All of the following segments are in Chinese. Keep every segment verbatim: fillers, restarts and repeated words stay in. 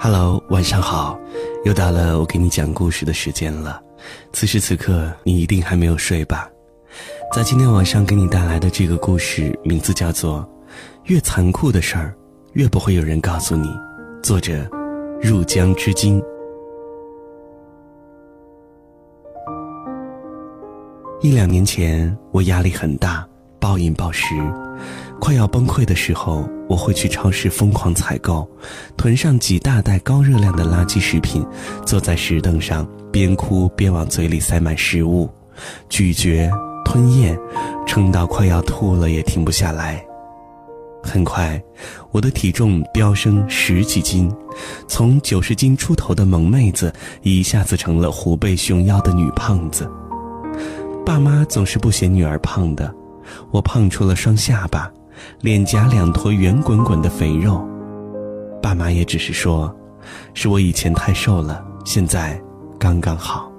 Hello， 晚上好，又到了我给你讲故事的时间了。此时此刻，你一定还没有睡吧？在今天晚上给你带来的这个故事，名字叫做《越残酷的事儿，越不会有人告诉你》，作者入江之鲸。一两年前，我压力很大，暴饮暴食，快要崩溃的时候，我会去超市疯狂采购，囤上几大袋高热量的垃圾食品，坐在石凳上边哭边往嘴里塞满食物，咀嚼吞咽，撑到快要吐了也停不下来。很快，我的体重飙升十几斤，从九十斤出头的萌妹子一下子成了虎背熊腰的女胖子。爸妈总是不嫌女儿胖的，我胖出了双下巴，脸颊两坨圆滚滚的肥肉。爸妈也只是说，是我以前太瘦了，现在刚刚好。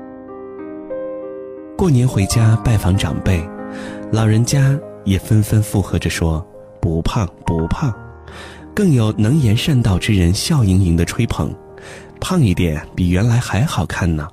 过年回家拜访长辈，老人家也纷纷附和着说，不胖不胖，更有能言善道之人笑盈盈地吹捧，胖一点比原来还好看呢。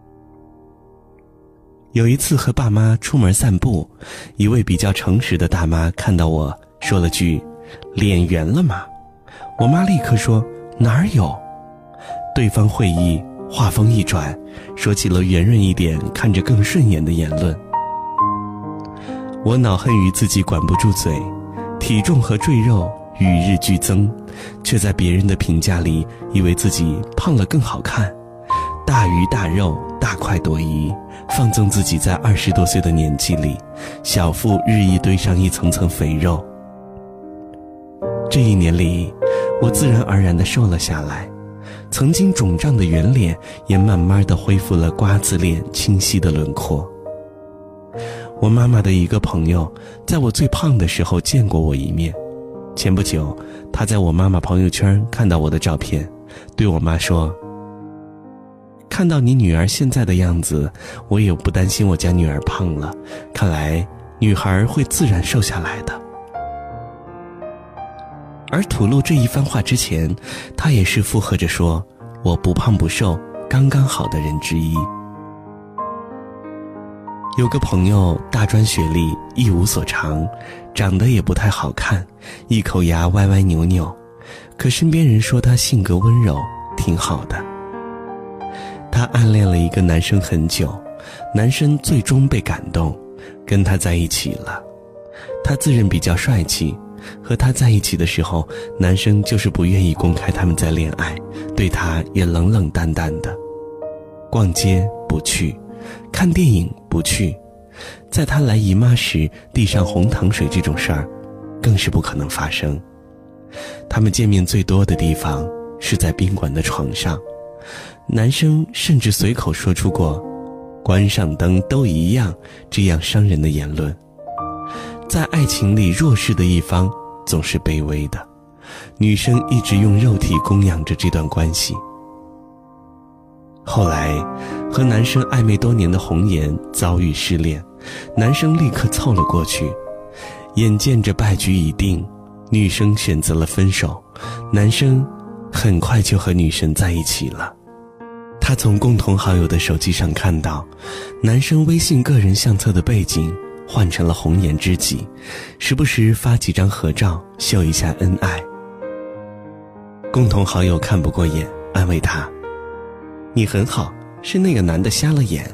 有一次和爸妈出门散步，一位比较诚实的大妈看到我，说了句，脸圆了吗？我妈立刻说，哪儿有？对方会意，话锋一转，说起了圆润一点看着更顺眼的言论。我恼恨于自己管不住嘴，体重和赘肉与日俱增，却在别人的评价里以为自己胖了更好看，大鱼大肉，大快朵颐，放纵自己在二十多岁的年纪里，小腹日益堆上一层层肥肉。这一年里，我自然而然地瘦了下来，曾经肿胀的圆脸也慢慢地恢复了瓜子脸清晰的轮廓。我妈妈的一个朋友在我最胖的时候见过我一面，前不久他在我妈妈朋友圈看到我的照片，对我妈说，看到你女儿现在的样子，我也不担心我家女儿胖了，看来女孩会自然瘦下来的。而吐露这一番话之前，她也是附和着说，我不胖不瘦，刚刚好的人之一。有个朋友大专学历，一无所长，长得也不太好看，一口牙歪歪扭扭，可身边人说他性格温柔，挺好的。他暗恋了一个男生很久，男生最终被感动，跟他在一起了。他自认比较帅气，和他在一起的时候，男生就是不愿意公开他们在恋爱，对他也冷冷淡淡的。逛街不去，看电影不去，在他来姨妈时递上红糖水这种事儿，更是不可能发生。他们见面最多的地方是在宾馆的床上，男生甚至随口说出过关上灯都一样这样伤人的言论。在爱情里，弱势的一方总是卑微的，女生一直用肉体供养着这段关系。后来和男生暧昧多年的红颜遭遇失恋，男生立刻凑了过去，眼见着败局已定，女生选择了分手，男生很快就和女生在一起了。他从共同好友的手机上看到，男生微信个人相册的背景换成了红颜知己，时不时发几张合照秀一下恩爱。共同好友看不过眼，安慰他，你很好，是那个男的瞎了眼。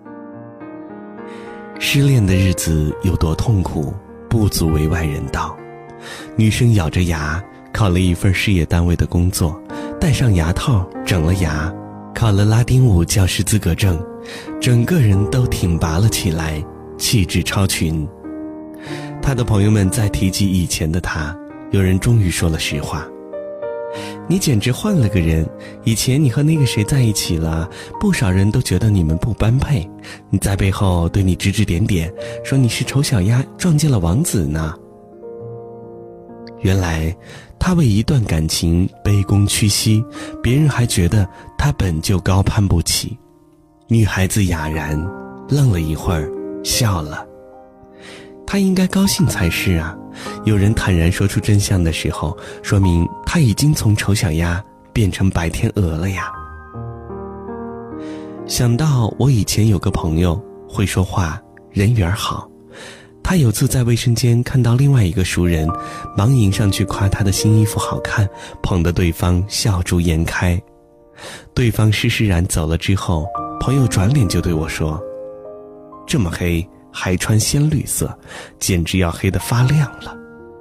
失恋的日子有多痛苦，不足为外人道。女生咬着牙考了一份事业单位的工作，戴上牙套，整了牙，考了拉丁舞教师资格证，整个人都挺拔了起来，气质超群。他的朋友们在提及以前的他，有人终于说了实话，你简直换了个人，以前你和那个谁在一起了，不少人都觉得你们不般配，你在背后对你指指点点，说你是丑小鸭撞见了王子呢。原来他为一段感情卑躬屈膝，别人还觉得他本就高攀不起。女孩子哑然愣了一会儿，笑了。他应该高兴才是啊，有人坦然说出真相的时候，说明他已经从丑小鸭变成白天鹅了呀。想到我以前有个朋友会说话，人缘好，他有次在卫生间看到另外一个熟人忙迎上去夸他的新衣服好看，捧得对方笑逐颜开。对方施施然走了之后，朋友转脸就对我说，这么黑还穿鲜绿色，简直要黑得发亮了。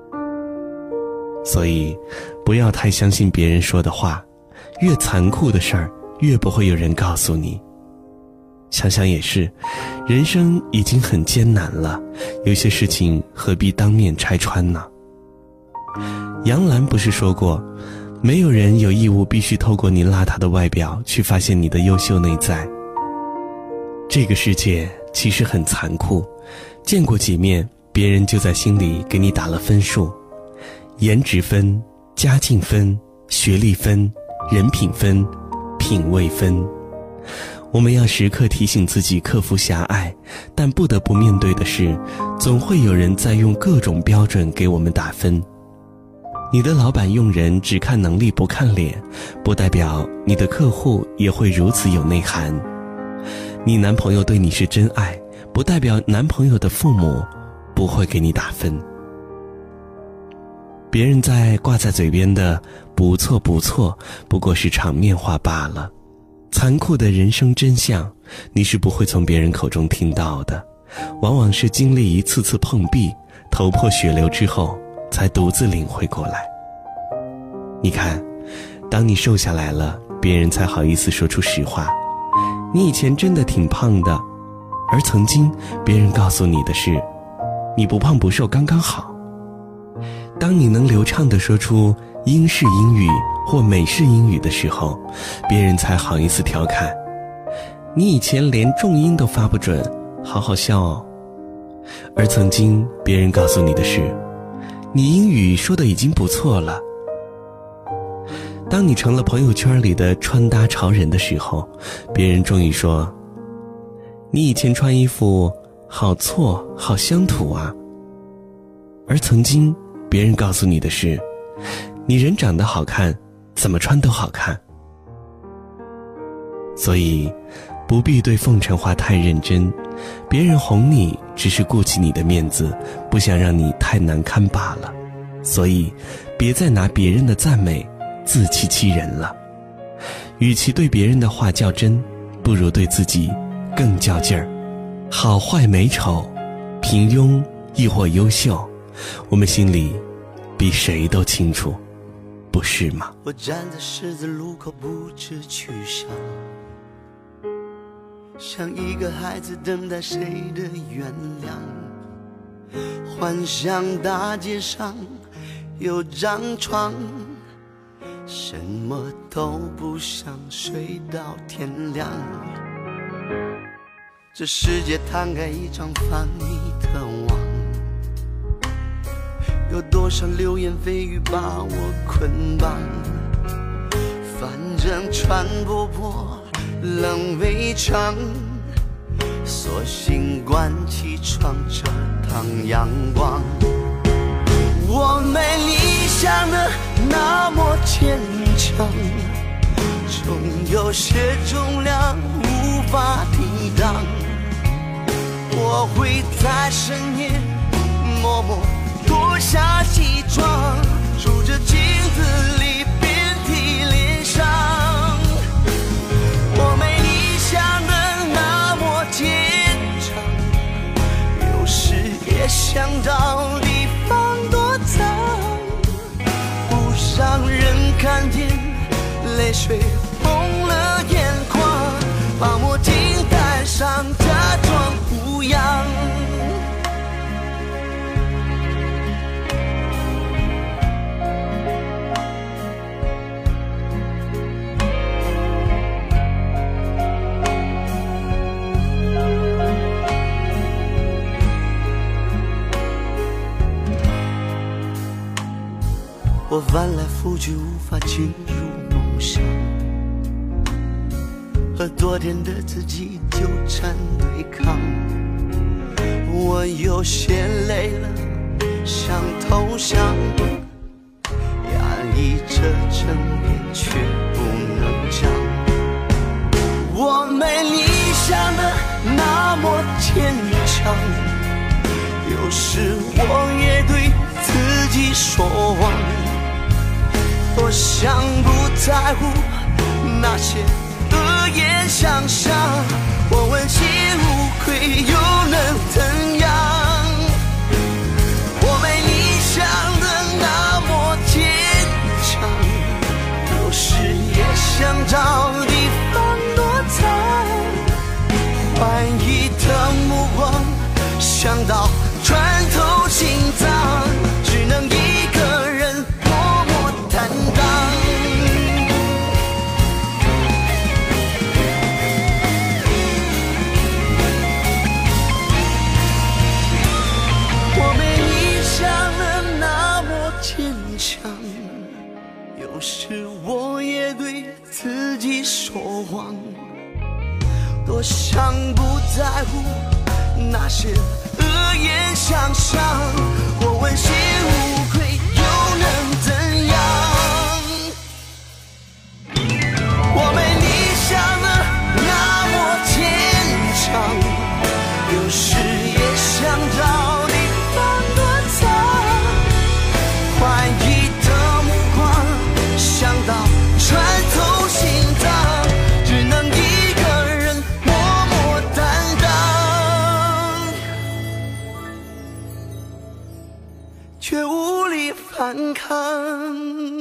所以不要太相信别人说的话，越残酷的事儿越不会有人告诉你。想想也是，人生已经很艰难了，有些事情何必当面拆穿呢？杨澜不是说过，没有人有义务必须透过你邋遢的外表去发现你的优秀内在。这个世界其实很残酷，见过几面，别人就在心里给你打了分数，颜值分、家境分、学历分、人品分、品味分。我们要时刻提醒自己克服狭隘，但不得不面对的是，总会有人在用各种标准给我们打分。你的老板用人只看能力不看脸，不代表你的客户也会如此有内涵。你男朋友对你是真爱，不代表男朋友的父母不会给你打分。别人在挂在嘴边的不错不错，不过是场面话罢了。残酷的人生真相，你是不会从别人口中听到的，往往是经历一次次碰壁，头破血流之后，才独自领会过来。你看，当你瘦下来了，别人才好意思说出实话，你以前真的挺胖的，而曾经别人告诉你的是，你不胖不瘦刚刚好。当你能流畅地说出英式英语或美式英语的时候，别人才好意思调侃，你以前连重音都发不准，好好笑哦。而曾经别人告诉你的是，你英语说的已经不错了。当你成了朋友圈里的穿搭潮人的时候，别人终于说，你以前穿衣服好挫好乡土啊。而曾经别人告诉你的是，你人长得好看，怎么穿都好看。所以不必对奉承话太认真，别人哄你只是顾及你的面子，不想让你太难堪罢了。所以别再拿别人的赞美自欺欺人了。与其对别人的话较真，不如对自己更较劲儿。好坏美丑，平庸亦或优秀，我们心里比谁都清楚，不是吗？ 我站在十字路口不知去向，像一个孩子等待谁的原谅，幻想大街上有张床，什么都不想，睡到天亮。这世界摊开一张防你的网，有多少流言蜚语把我捆绑，反正穿不破冷围墙，索性关起窗遮挡阳光。我没理想的那么坚强，总有些重量无法抵挡。我会在深夜默默脱下西装，数着镜子里遍体鳞伤。我没理想的那么坚强，有时也想找地方躲藏，不让人看见泪水红了眼眶，把墨镜戴上，假装无恙。我翻来覆去无法进入梦乡，和昨天的自己纠缠对抗。我有些累了，想投降，压抑着正面却想不在乎那些恶言相向，我问心无愧又能怎样？我没你想的那么坚强，有时也想找地方躲藏，怀疑的目光想到穿透心脏，只能一个人默默担当。我没你想的那么坚强，有时我也对自己说谎，多想不在乎那些恶言相向，我问心无愧又能怎样？我没你想的那么坚强，有时也想找地方躲藏，怀疑的目光想到穿透心脏，只能一个人默默担当，却无力反抗。